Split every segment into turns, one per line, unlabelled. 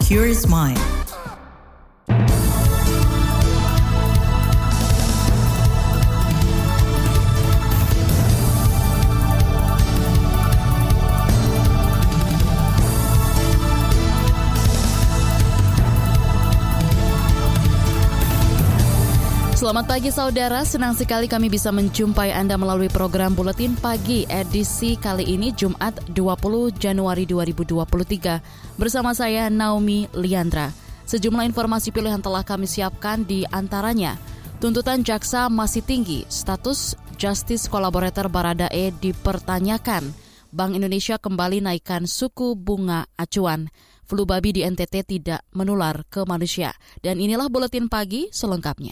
Curious Mind. Selamat pagi saudara, senang sekali kami bisa menjumpai Anda melalui program Buletin Pagi edisi kali ini Jumat 20 Januari 2023 bersama saya Naomi Liandra. Sejumlah informasi pilihan telah kami siapkan, di antaranya tuntutan jaksa masih tinggi, status Justice Collaborator Baradae dipertanyakan, Bank Indonesia kembali naikkan suku bunga acuan, flu babi di NTT tidak menular ke manusia. Dan inilah Buletin Pagi selengkapnya.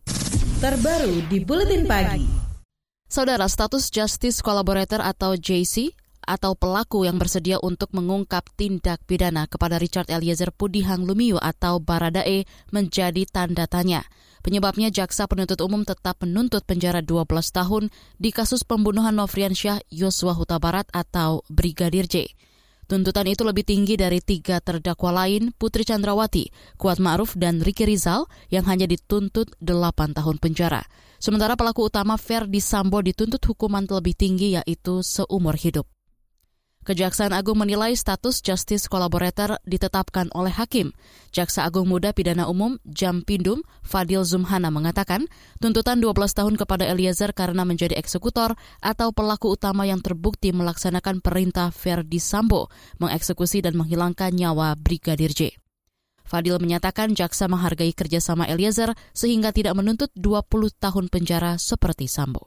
Terbaru di Buletin Pagi.
Saudara, status Justice Collaborator atau JC atau pelaku yang bersedia untuk mengungkap tindak pidana kepada Richard Eliezer Pudihang Lumiu atau Baradae menjadi tanda tanya. Penyebabnya jaksa penuntut umum tetap menuntut penjara 12 tahun di kasus pembunuhan Nofriansyah Yosua Huta Barat atau Brigadir J. Tuntutan itu lebih tinggi dari 3 terdakwa lain, Putri Chandrawati, Kuat Ma'ruf, dan Ricky Rizal yang hanya dituntut 8 tahun penjara. Sementara pelaku utama Ferdy Sambo dituntut hukuman lebih tinggi, yaitu seumur hidup. Kejaksaan Agung menilai status Justice Collaborator ditetapkan oleh Hakim. Jaksa Agung Muda Pidana Umum Jampindum Fadil Zumhana mengatakan tuntutan 12 tahun kepada Eliezer karena menjadi eksekutor atau pelaku utama yang terbukti melaksanakan perintah Ferdy Sambo mengeksekusi dan menghilangkan nyawa Brigadir J. Fadil menyatakan jaksa menghargai kerjasama Eliezer sehingga tidak menuntut 20 tahun penjara seperti Sambo.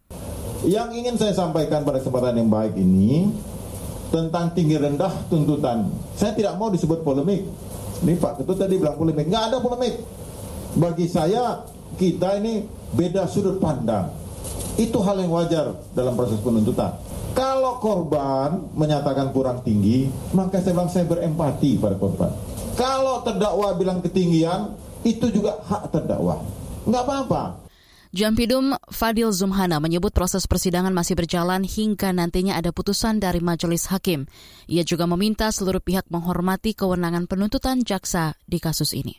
Yang ingin saya sampaikan pada kesempatan yang baik ini tentang tinggi rendah tuntutan. Saya tidak mau disebut polemik. Ini Pak Ketut tadi bilang polemik. Nggak ada polemik. Bagi saya, kita ini beda sudut pandang. Itu hal yang wajar dalam proses penuntutan. Kalau korban menyatakan kurang tinggi, maka saya bilang saya berempati pada korban. Kalau terdakwa bilang ketinggian, itu juga hak terdakwa. Nggak apa-apa.
Jampidum Fadil Zumhana menyebut proses persidangan masih berjalan hingga nantinya ada putusan dari majelis hakim. Ia juga meminta seluruh pihak menghormati kewenangan penuntutan jaksa di kasus ini.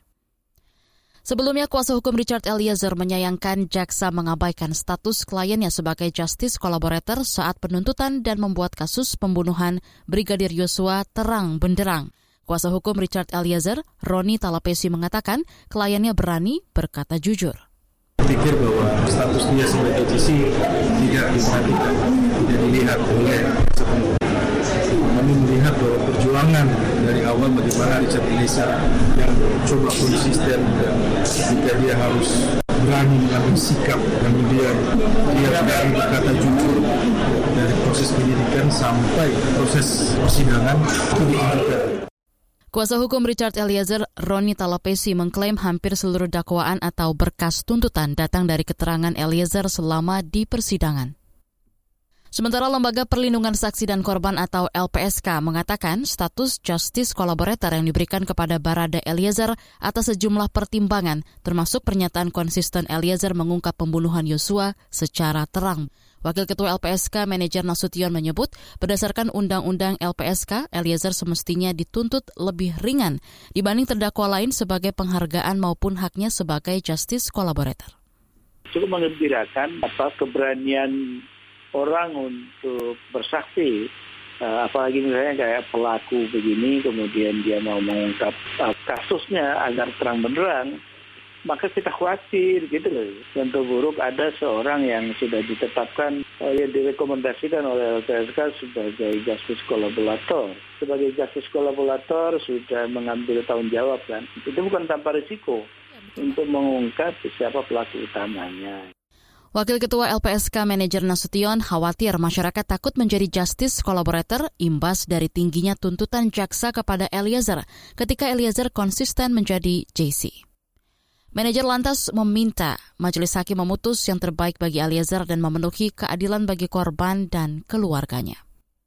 Sebelumnya, kuasa hukum Richard Eliezer menyayangkan jaksa mengabaikan status kliennya sebagai Justice Collaborator saat penuntutan dan membuat kasus pembunuhan Brigadir Yosua terang benderang. Kuasa hukum Richard Eliezer, Roni Talapesi, mengatakan kliennya berani berkata jujur.
Saya pikir bahwa status dia sebagai JC tidak diperhatikan, tidak dilihat oleh sepenuhnya. Kami melihat bahwa perjuangan dari awal bagaimana Richard Eliezer yang coba konsisten dan ketika dia harus berani mengambil sikap, kemudian dia berani berkata jujur dari proses penyidikan sampai proses persidangan itu ditunjukkan.
Kuasa hukum Richard Eliezer, Roni Talapesi, mengklaim hampir seluruh dakwaan atau berkas tuntutan datang dari keterangan Eliezer selama di persidangan. Sementara Lembaga Perlindungan Saksi dan Korban atau LPSK mengatakan status Justice Collaborator yang diberikan kepada Barada Eliezer atas sejumlah pertimbangan, termasuk pernyataan konsisten Eliezer mengungkap pembunuhan Yosua secara terang. Wakil Ketua LPSK Manajer Nasution menyebut, berdasarkan Undang-Undang LPSK, Eliezer semestinya dituntut lebih ringan dibanding terdakwa lain sebagai penghargaan maupun haknya sebagai Justice Collaborator.
Cukup menggembirakan keberanian orang untuk bersaksi, apalagi misalnya kayak pelaku begini, kemudian dia mau mengungkap kasusnya agar terang benderang. Maka kita khawatir gitu loh. Contoh buruk, ada seorang yang sudah ditetapkan, yang direkomendasikan oleh LPSK sebagai Justice Collaborator. Sebagai Justice Collaborator sudah mengambil tanggung jawab kan. Itu bukan tanpa risiko untuk mengungkap siapa pelaku utamanya.
Wakil Ketua LPSK Manajer Nasution khawatir masyarakat takut menjadi Justice Collaborator imbas dari tingginya tuntutan jaksa kepada Eliezer ketika Eliezer konsisten menjadi JC. Manajer lantas meminta majelis hakim memutus yang terbaik bagi Eliezer dan memenuhi keadilan bagi korban dan keluarganya.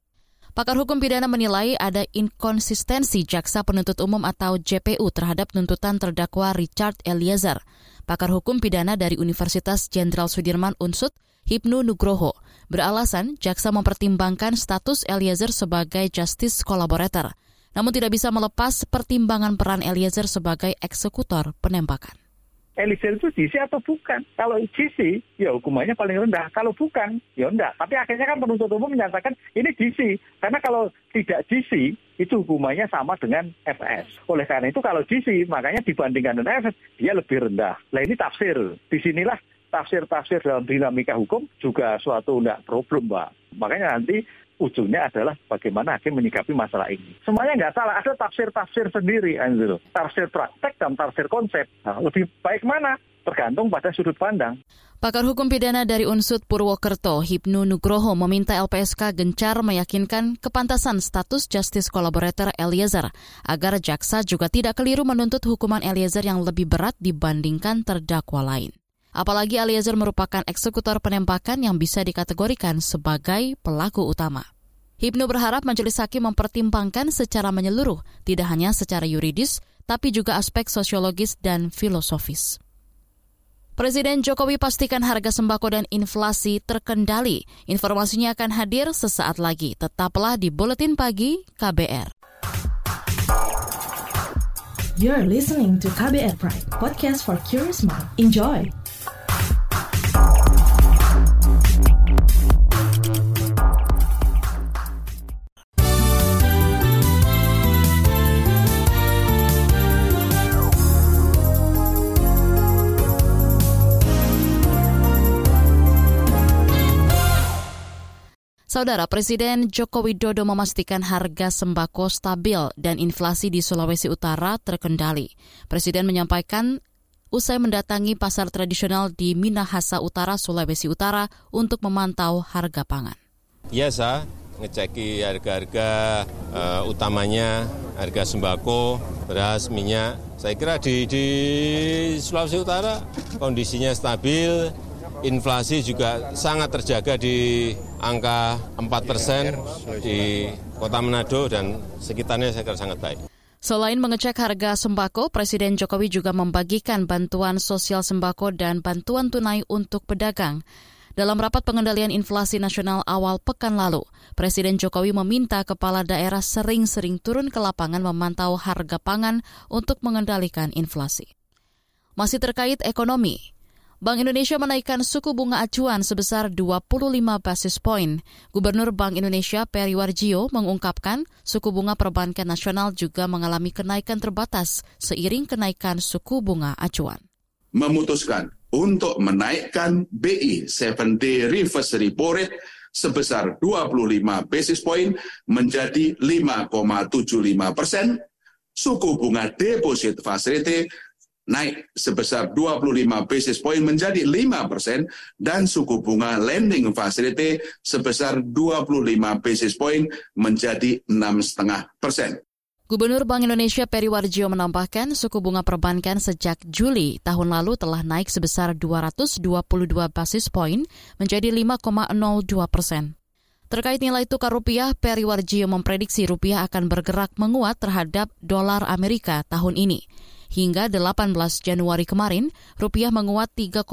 Pakar hukum pidana menilai ada inkonsistensi jaksa penuntut umum atau JPU terhadap tuntutan terdakwa Richard Eliezer. Pakar hukum pidana dari Universitas Jenderal Sudirman Unsud, Hipnu Nugroho, beralasan jaksa mempertimbangkan status Eliezer sebagai Justice Collaborator. namun tidak bisa melepas pertimbangan peran Eliezer sebagai eksekutor penembakan.
Eliezer itu GC atau bukan? Kalau GC, ya hukumannya paling rendah. Kalau bukan, ya enggak. Tapi akhirnya kan penuntut umum menyatakan ini GC. Karena kalau tidak GC, itu hukumannya sama dengan FS. Oleh karena itu kalau GC, makanya dibandingkan dengan FS, dia lebih rendah. Nah ini tafsir. Disinilah tafsir-tafsir dalam dinamika hukum juga suatu enggak problem, Pak. Makanya nanti ujungnya adalah bagaimana hakim menyikapi masalah ini. Semuanya nggak salah, ada tafsir-tafsir sendiri, Anzul. Tafsir praktek dan tafsir konsep. Nah, lebih baik mana? Tergantung pada sudut pandang.
Pakar hukum pidana dari Unsud Purwokerto, Hipnu Nugroho, meminta LPSK gencar meyakinkan kepantasan status Justice Collaborator Eliezer, agar jaksa juga tidak keliru menuntut hukuman Eliezer yang lebih berat dibandingkan terdakwa lain. Apalagi Eliezer merupakan eksekutor penembakan yang bisa dikategorikan sebagai pelaku utama. Hipnu berharap majelis hakim mempertimbangkan secara menyeluruh, tidak hanya secara yuridis, tapi juga aspek sosiologis dan filosofis. Presiden Jokowi pastikan harga sembako dan inflasi terkendali. Informasinya akan hadir sesaat lagi. Tetaplah di Buletin Pagi KBR.
You're listening to KBR Pride, podcast for curious mind. Enjoy!
Saudara, Presiden Joko Widodo memastikan harga sembako stabil dan inflasi di Sulawesi Utara terkendali. Presiden menyampaikan usai mendatangi pasar tradisional di Minahasa Utara, Sulawesi Utara untuk memantau harga pangan.
Biasa ngeceki harga-harga utamanya, harga sembako, beras, minyak. Saya kira di Sulawesi Utara kondisinya stabil, inflasi juga sangat terjaga di angka 4% di Kota Manado dan sekitarnya saya kira sangat baik.
Selain mengecek harga sembako, Presiden Jokowi juga membagikan bantuan sosial sembako dan bantuan tunai untuk pedagang. Dalam rapat pengendalian inflasi nasional awal pekan lalu, Presiden Jokowi meminta kepala daerah sering-sering turun ke lapangan memantau harga pangan untuk mengendalikan inflasi. Masih terkait ekonomi, Bank Indonesia menaikkan suku bunga acuan sebesar 25 basis poin. Gubernur Bank Indonesia Peri Warjio mengungkapkan suku bunga perbankan nasional juga mengalami kenaikan terbatas seiring kenaikan suku bunga acuan.
Memutuskan untuk menaikkan BI 7-day reverse repo rate sebesar 25 basis point menjadi 5,75%, suku bunga deposit facility naik sebesar 25 basis point menjadi 5%, dan suku bunga lending facility sebesar 25 basis point menjadi 6,5%.
Gubernur Bank Indonesia Peri Warjio menambahkan suku bunga perbankan sejak Juli tahun lalu telah naik sebesar 222 basis point menjadi 5,02%. Terkait nilai tukar rupiah, Peri Warjio memprediksi rupiah akan bergerak menguat terhadap dolar Amerika tahun ini. Hingga 18 Januari kemarin, rupiah menguat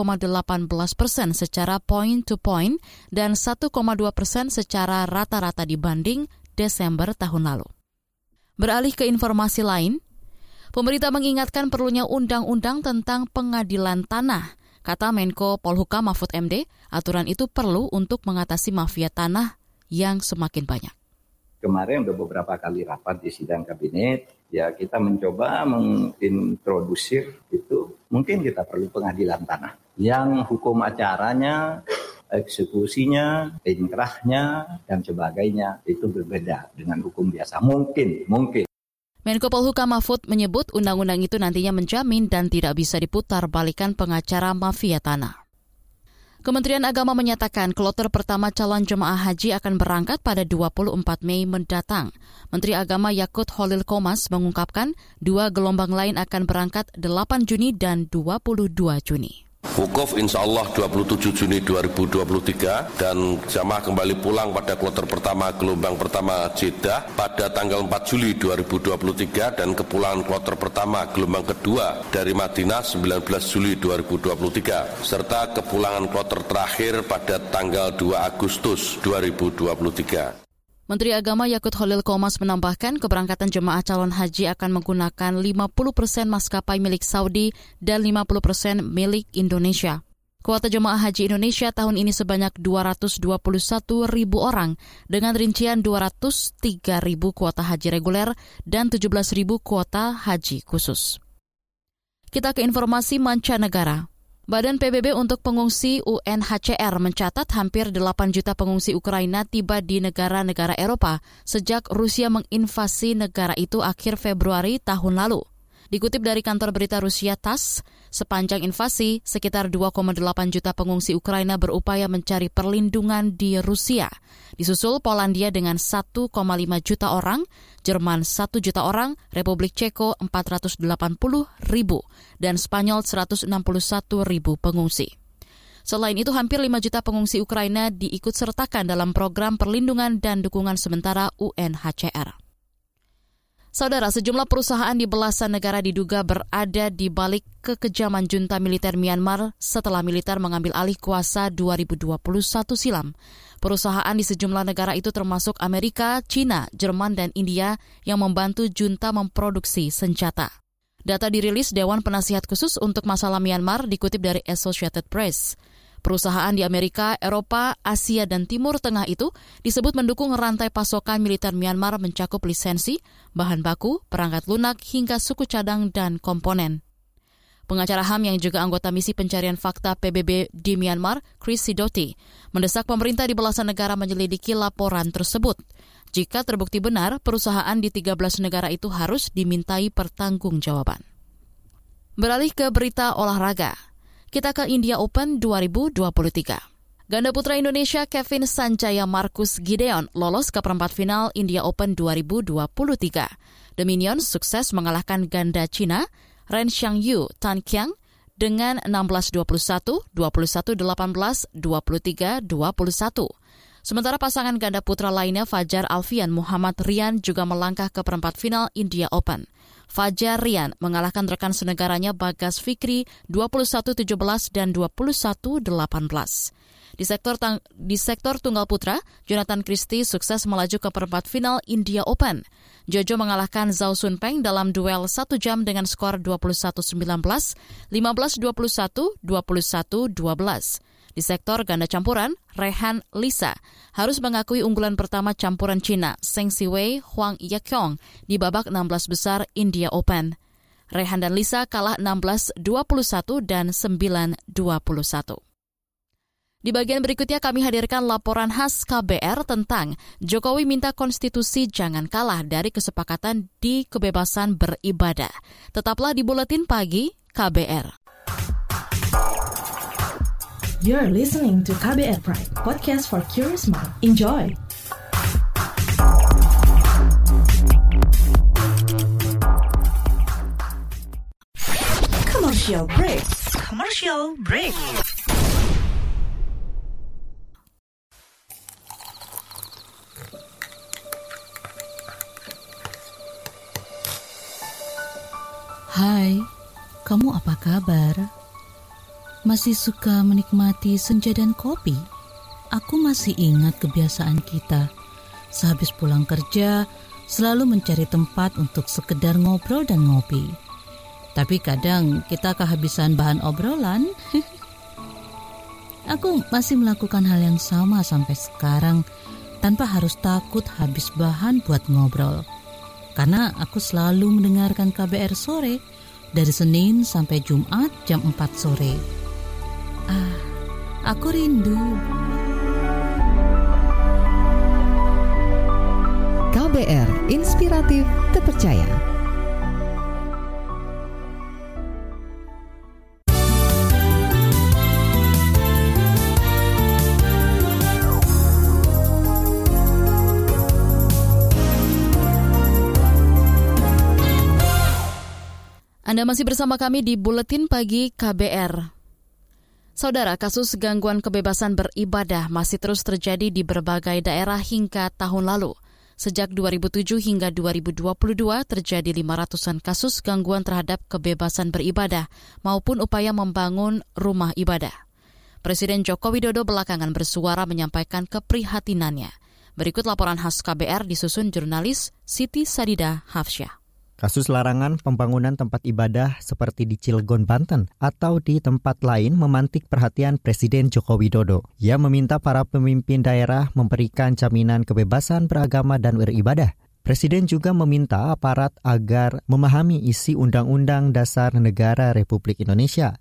3,18% secara point-to-point dan 1,2% secara rata-rata dibanding Desember tahun lalu. Beralih ke informasi lain, pemerintah mengingatkan perlunya undang-undang tentang pengadilan tanah. Kata Menko Polhukam Mahfud MD, aturan itu perlu untuk mengatasi mafia tanah yang semakin banyak.
Kemarin udah beberapa kali rapat di sidang kabinet, ya kita mencoba mengintrodusir itu, mungkin kita perlu pengadilan tanah. Yang hukum acaranya, eksekusinya, inkrahnya, dan sebagainya itu berbeda dengan hukum biasa. Mungkin.
Menko Polhukam Mahfud menyebut undang-undang itu nantinya menjamin dan tidak bisa diputar balikan pengacara mafia tanah. Kementerian Agama menyatakan kloter pertama calon jemaah haji akan berangkat pada 24 Mei mendatang. Menteri Agama Yakut Holil Komas mengungkapkan 2 gelombang lain akan berangkat 8 Juni dan 22 Juni.
Wukuf insya Allah 27 Juni 2023 dan jamaah kembali pulang pada kloter pertama gelombang pertama Jeddah pada tanggal 4 Juli 2023 dan kepulangan kloter pertama gelombang kedua dari Madinah 19 Juli 2023 serta kepulangan kloter terakhir pada tanggal 2 Agustus 2023.
Menteri Agama Yakut Khalil Qomas menambahkan keberangkatan jemaah calon haji akan menggunakan 50% maskapai milik Saudi dan 50% milik Indonesia. Kuota jemaah haji Indonesia tahun ini sebanyak 221.000 orang dengan rincian 203.000 kuota haji reguler dan 17.000 kuota haji khusus. Kita ke informasi mancanegara. Badan PBB untuk pengungsi UNHCR mencatat hampir 8 juta pengungsi Ukraina tiba di negara-negara Eropa sejak Rusia menginvasi negara itu akhir Februari tahun lalu. Dikutip dari kantor berita Rusia TASS, sepanjang invasi, sekitar 2,8 juta pengungsi Ukraina berupaya mencari perlindungan di Rusia. Disusul Polandia dengan 1,5 juta orang, Jerman 1 juta orang, Republik Ceko 480.000, dan Spanyol 161.000 pengungsi. Selain itu, hampir 5 juta pengungsi Ukraina diikutsertakan dalam program perlindungan dan dukungan sementara UNHCR. Saudara, sejumlah perusahaan di belasan negara diduga berada di balik kekejaman junta militer Myanmar setelah militer mengambil alih kuasa 2021 silam. Perusahaan di sejumlah negara itu termasuk Amerika, China, Jerman, dan India yang membantu junta memproduksi senjata. Data dirilis Dewan Penasihat Khusus untuk Masalah Myanmar dikutip dari Associated Press. Perusahaan di Amerika, Eropa, Asia, dan Timur Tengah itu disebut mendukung rantai pasokan militer Myanmar mencakup lisensi, bahan baku, perangkat lunak, hingga suku cadang dan komponen. Pengacara HAM yang juga anggota misi pencarian fakta PBB di Myanmar, Chris Sidoti, mendesak pemerintah di belasan negara menyelidiki laporan tersebut. Jika terbukti benar, perusahaan di 13 negara itu harus dimintai pertanggungjawaban. Beralih ke berita olahraga. Kita ke India Open 2023. Ganda putra Indonesia Kevin Sanjaya Marcus Gideon lolos ke perempat final India Open 2023. The Minions sukses mengalahkan ganda Cina Ren Xiangyu Tan Qiang dengan 16-21, 21-18, 23-21. Sementara pasangan ganda putra lainnya Fajar Alfian Muhammad Rian juga melangkah ke perempat final India Open. Fajar Rian mengalahkan rekan senegaranya Bagas Fikri 21-17 dan 21-18. Di sektor tunggal putra, Jonathan Christie sukses melaju ke perempat final India Open. Jojo mengalahkan Zhao Sunpeng dalam duel 1 jam dengan skor 21-19, 15-21, 21-12. Di sektor ganda campuran, Rehan Lisa harus mengakui unggulan pertama campuran Cina, Zheng Siwei Huang Yaqiong di babak 16 besar India Open. Rehan dan Lisa kalah 16-21 dan 9-21. Di bagian berikutnya kami hadirkan laporan khas KBR tentang Jokowi minta konstitusi jangan kalah dari kesepakatan di kebebasan beribadah. Tetaplah di Buletin Pagi KBR.
You're listening to KBR Pride, podcast for curious mind. Enjoy! Commercial break. Commercial break.
Hai, kamu apa kabar? Masih suka menikmati senja dan kopi? Aku masih ingat kebiasaan kita. Sehabis pulang kerja, selalu mencari tempat untuk sekedar ngobrol dan ngopi. Tapi kadang kita kehabisan bahan obrolan. Aku masih melakukan hal yang sama sampai sekarang, tanpa harus takut habis bahan buat ngobrol. Karena aku selalu mendengarkan KBR sore, dari Senin sampai Jumat jam 4 sore. Aku rindu.
KBR Inspiratif Terpercaya.
Anda masih bersama kami di Buletin Pagi KBR. Saudara, kasus gangguan kebebasan beribadah masih terus terjadi di berbagai daerah hingga tahun lalu. Sejak 2007 hingga 2022 terjadi 500-an kasus gangguan terhadap kebebasan beribadah maupun upaya membangun rumah ibadah. Presiden Joko Widodo belakangan bersuara menyampaikan keprihatinannya. Berikut laporan khas KBR disusun jurnalis Siti Sadida Hafsyah.
Kasus larangan pembangunan tempat ibadah seperti di Cilegon, Banten atau di tempat lain memantik perhatian Presiden Joko Widodo. Ia meminta para pemimpin daerah memberikan jaminan kebebasan beragama dan beribadah. Presiden juga meminta aparat agar memahami isi Undang-Undang Dasar Negara Republik Indonesia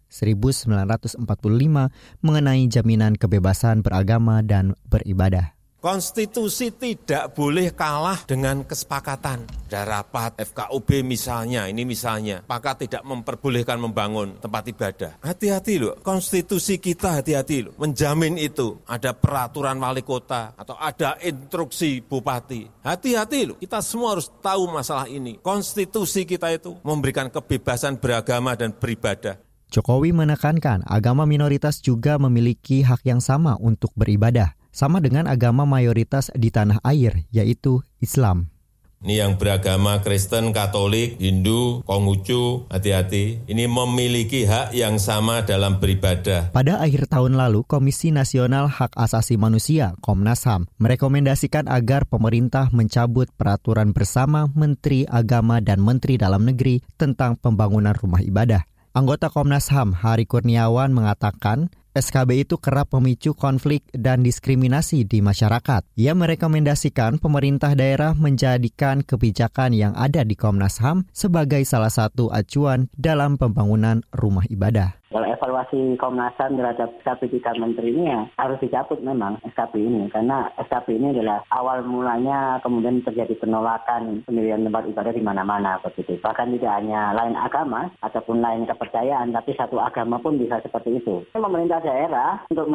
1945 mengenai jaminan kebebasan beragama dan beribadah.
Konstitusi tidak boleh kalah dengan kesepakatan. Ada rapat FKUB misalnya, maka tidak memperbolehkan membangun tempat ibadah. Hati-hati loh, konstitusi kita hati-hati loh, menjamin itu. Ada peraturan wali kota atau ada instruksi bupati. Hati-hati loh, kita semua harus tahu masalah ini. Konstitusi kita itu memberikan kebebasan beragama dan beribadah.
Jokowi menekankan agama minoritas juga memiliki hak yang sama untuk beribadah, sama dengan agama mayoritas di tanah air, yaitu Islam.
Ini yang beragama Kristen, Katolik, Hindu, Konghucu, hati-hati. Ini memiliki hak yang sama dalam beribadah.
Pada akhir tahun lalu, Komisi Nasional Hak Asasi Manusia, Komnas HAM, merekomendasikan agar pemerintah mencabut peraturan bersama Menteri Agama dan Menteri Dalam Negeri tentang pembangunan rumah ibadah. Anggota Komnas HAM, Hari Kurniawan, mengatakan SKB itu kerap memicu konflik dan diskriminasi di masyarakat. Ia merekomendasikan pemerintah daerah menjadikan kebijakan yang ada di Komnas HAM sebagai salah satu acuan dalam pembangunan rumah ibadah.
Kalau evaluasi Komnas HAM terhadap SKB 3 Menteri ini ya harus dicabut memang SKB ini. Karena SKB ini adalah awal mulanya kemudian terjadi penolakan pendirian tempat ibadah di mana-mana begitu. Bahkan tidak hanya lain agama ataupun lain kepercayaan, tapi satu agama pun bisa seperti itu. Pemerintah daerah untuk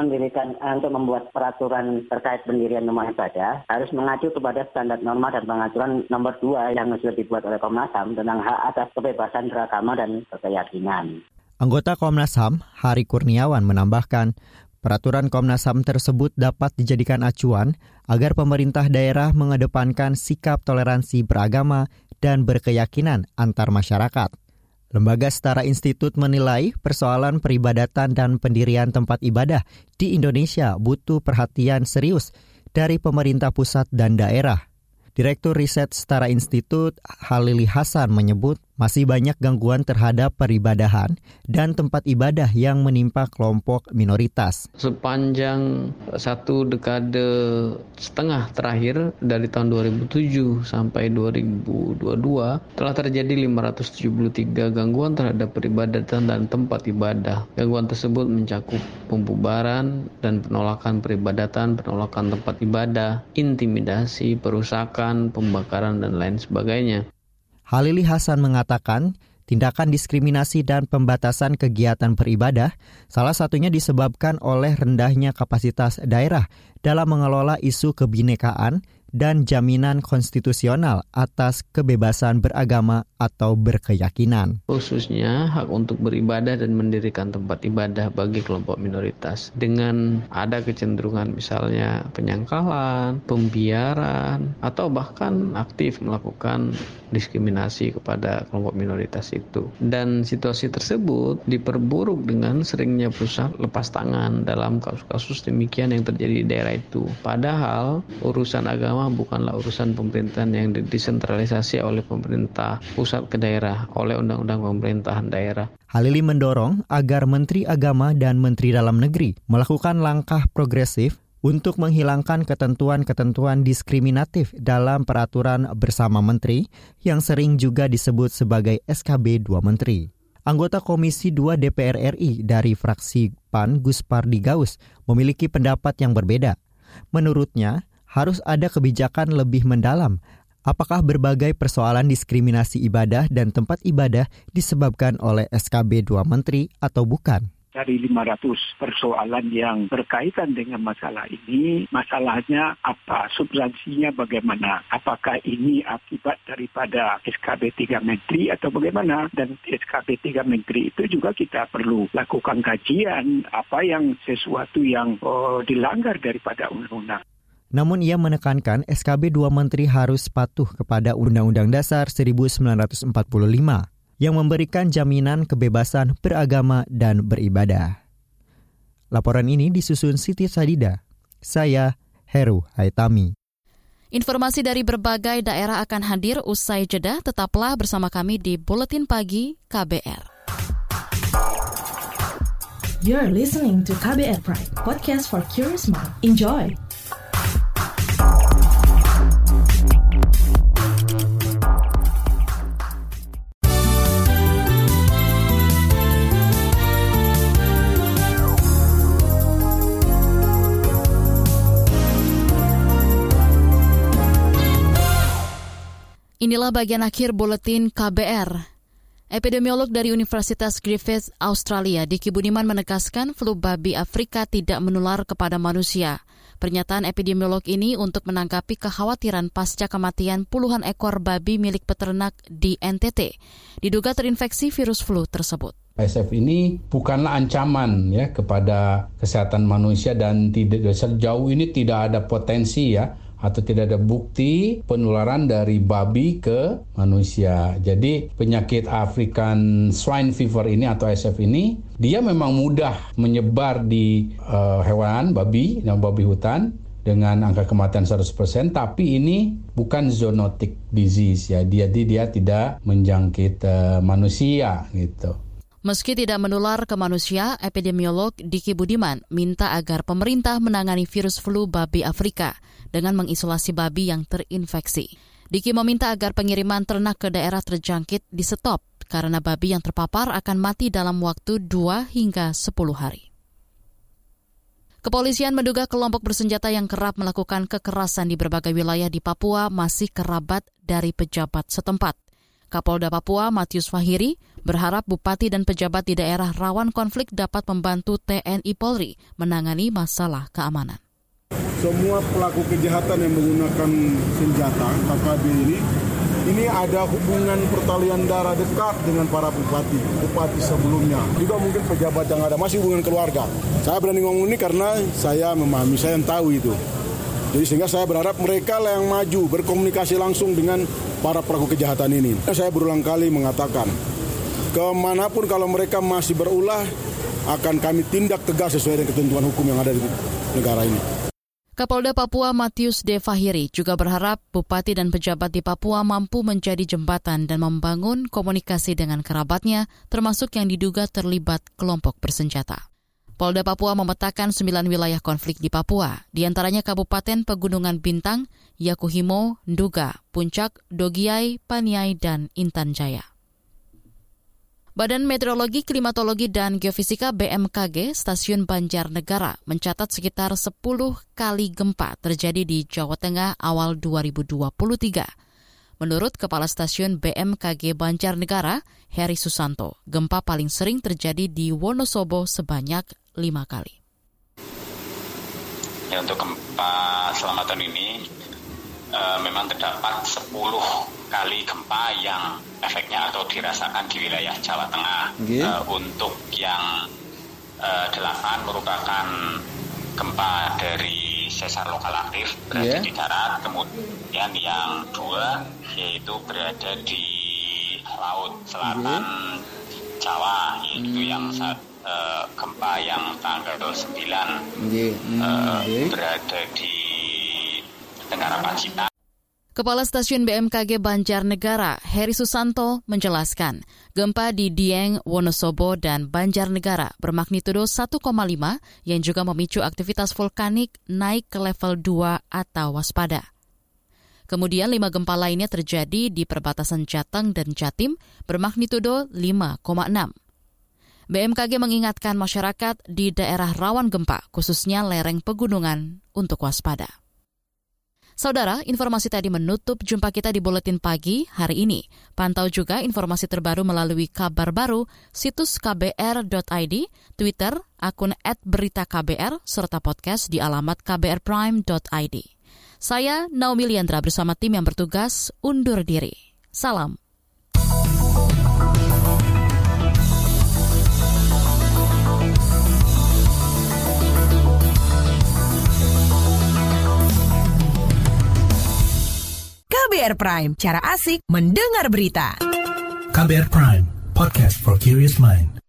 membuat peraturan terkait pendirian rumah ibadah harus mengacu kepada standar norma dan pengaturan nomor 2 yang sudah dibuat oleh Komnas HAM tentang hak atas kebebasan beragama dan berkeyakinan.
Anggota Komnas HAM, Hari Kurniawan, menambahkan, peraturan Komnas HAM tersebut dapat dijadikan acuan agar pemerintah daerah mengedepankan sikap toleransi beragama dan berkeyakinan antar masyarakat. Lembaga Setara Institut menilai persoalan peribadatan dan pendirian tempat ibadah di Indonesia butuh perhatian serius dari pemerintah pusat dan daerah. Direktur Riset Setara Institut, Halili Hasan, menyebut masih banyak gangguan terhadap peribadahan dan tempat ibadah yang menimpa kelompok minoritas.
Sepanjang 1 dekade setengah terakhir dari tahun 2007 sampai 2022 telah terjadi 573 gangguan terhadap peribadatan dan tempat ibadah. Gangguan tersebut mencakup pembubaran dan penolakan peribadatan, penolakan tempat ibadah, intimidasi, perusakan, pembakaran, dan lain sebagainya.
Halili Hasan mengatakan, tindakan diskriminasi dan pembatasan kegiatan beribadah salah satunya disebabkan oleh rendahnya kapasitas daerah dalam mengelola isu kebinekaan dan jaminan konstitusional atas kebebasan beragama atau berkeyakinan.
Khususnya hak untuk beribadah dan mendirikan tempat ibadah bagi kelompok minoritas. Dengan ada kecenderungan misalnya penyangkalan, pembiaran, atau bahkan aktif melakukan diskriminasi kepada kelompok minoritas itu. Dan situasi tersebut diperburuk dengan seringnya berusaha lepas tangan dalam kasus-kasus demikian yang terjadi di daerah itu. Padahal urusan agama bukanlah urusan pemerintahan yang disentralisasi oleh pemerintah pusat ke daerah oleh undang-undang pemerintahan daerah.
Halili mendorong agar Menteri Agama dan Menteri Dalam Negeri melakukan langkah progresif untuk menghilangkan ketentuan-ketentuan diskriminatif dalam peraturan bersama menteri yang sering juga disebut sebagai SKB 2 Menteri. Anggota Komisi 2 DPR RI dari fraksi PAN, Gus Pardi Gaus, memiliki pendapat yang berbeda. Menurutnya, harus ada kebijakan lebih mendalam. Apakah berbagai persoalan diskriminasi ibadah dan tempat ibadah disebabkan oleh SKB 2 Menteri atau bukan?
Dari 500 persoalan yang berkaitan dengan masalah ini, masalahnya apa? Substansinya bagaimana? Apakah ini akibat daripada SKB 3 Menteri atau bagaimana? Dan SKB 3 Menteri itu juga kita perlu lakukan kajian apa yang sesuatu yang dilanggar daripada undang-undang.
Namun ia menekankan SKB 2 Menteri harus patuh kepada Undang-Undang Dasar 1945 yang memberikan jaminan kebebasan beragama dan beribadah. Laporan ini disusun Siti Sadida. Saya Heru Haitami.
Informasi dari berbagai daerah akan hadir usai jeda. Tetaplah bersama kami di Buletin Pagi KBR.
You're listening to KBR Pride, podcast for curious mind. Enjoy!
Inilah bagian akhir buletin KBR. Epidemiolog dari Universitas Griffith, Australia, Diki Budiman menegaskan flu babi Afrika tidak menular kepada manusia. Pernyataan epidemiolog ini untuk menanggapi kekhawatiran pasca kematian puluhan ekor babi milik peternak di NTT. Diduga terinfeksi virus flu tersebut.
ASF ini bukanlah ancaman ya kepada kesehatan manusia dan tidak sejauh ini tidak ada potensi ya atau tidak ada bukti penularan dari babi ke manusia. Jadi penyakit African Swine Fever ini atau ASF ini dia memang mudah menyebar di hewan babi dan babi hutan dengan angka kematian 100%, tapi ini bukan zoonotic disease ya. Dia tidak menjangkit manusia gitu.
Meski tidak menular ke manusia, epidemiolog Diki Budiman minta agar pemerintah menangani virus flu babi Afrika dengan mengisolasi babi yang terinfeksi. Diki meminta agar pengiriman ternak ke daerah terjangkit di-stop karena babi yang terpapar akan mati dalam waktu 2 hingga 10 hari. Kepolisian menduga kelompok bersenjata yang kerap melakukan kekerasan di berbagai wilayah di Papua masih kerabat dari pejabat setempat. Kapolda Papua Matius Fahiri berharap bupati dan pejabat di daerah rawan konflik dapat membantu TNI Polri menangani masalah keamanan.
Semua pelaku kejahatan yang menggunakan senjata KKB ini ada hubungan pertalian darah dekat dengan para bupati sebelumnya. Juga mungkin pejabat yang ada masih hubungan keluarga. Saya berani ngomong ini karena saya memahami, saya yang tahu itu. Jadi sehingga saya berharap mereka lah yang maju berkomunikasi langsung dengan para pelaku kejahatan ini. Saya berulang kali mengatakan, kemanapun kalau mereka masih berulah, akan kami tindak tegas sesuai dengan ketentuan hukum yang ada di negara ini.
Kapolda Papua Matius D. Fahiri juga berharap bupati dan pejabat di Papua mampu menjadi jembatan dan membangun komunikasi dengan kerabatnya, termasuk yang diduga terlibat kelompok bersenjata. Polda Papua memetakan 9 wilayah konflik di Papua, di antaranya Kabupaten Pegunungan Bintang, Yakuhimo, Nduga, Puncak, Dogiai, Paniai, dan Intan Jaya. Badan Meteorologi, Klimatologi, dan Geofisika BMKG Stasiun Banjarnegara mencatat sekitar 10 kali gempa terjadi di Jawa Tengah awal 2023. Menurut Kepala Stasiun BMKG Banjarnegara, Heri Susanto, gempa paling sering terjadi di Wonosobo sebanyak 5 kali.
Ya, untuk gempa selama tahun ini memang terdapat 10 kali gempa yang efeknya atau dirasakan di wilayah Jawa Tengah. Untuk yang 8 merupakan gempa dari sesar lokal aktif berada di darat, kemudian yang 2 yaitu berada di laut selatan Jawa, yaitu yang gempa yang tanggal 9 berada di Tenggara Pacitan.
Kepala Stasiun BMKG Banjarnegara, Heri Susanto, menjelaskan gempa di Dieng, Wonosobo, dan Banjarnegara bermagnitudo 1,5 yang juga memicu aktivitas vulkanik naik ke level 2 atau waspada. Kemudian 5 gempa lainnya terjadi di perbatasan Jateng dan Jatim bermagnitudo 5,6. BMKG mengingatkan masyarakat di daerah rawan gempa, khususnya lereng pegunungan, untuk waspada. Saudara, informasi tadi menutup jumpa kita di Buletin Pagi hari ini. Pantau juga informasi terbaru melalui kabar baru, situs kbr.id, Twitter, akun @beritaKBR, serta podcast di alamat kbrprime.id. Saya Naomi Liandra bersama tim yang bertugas undur diri. Salam.
KBR Prime, cara asik mendengar berita.
KBR Prime, podcast for curious mind.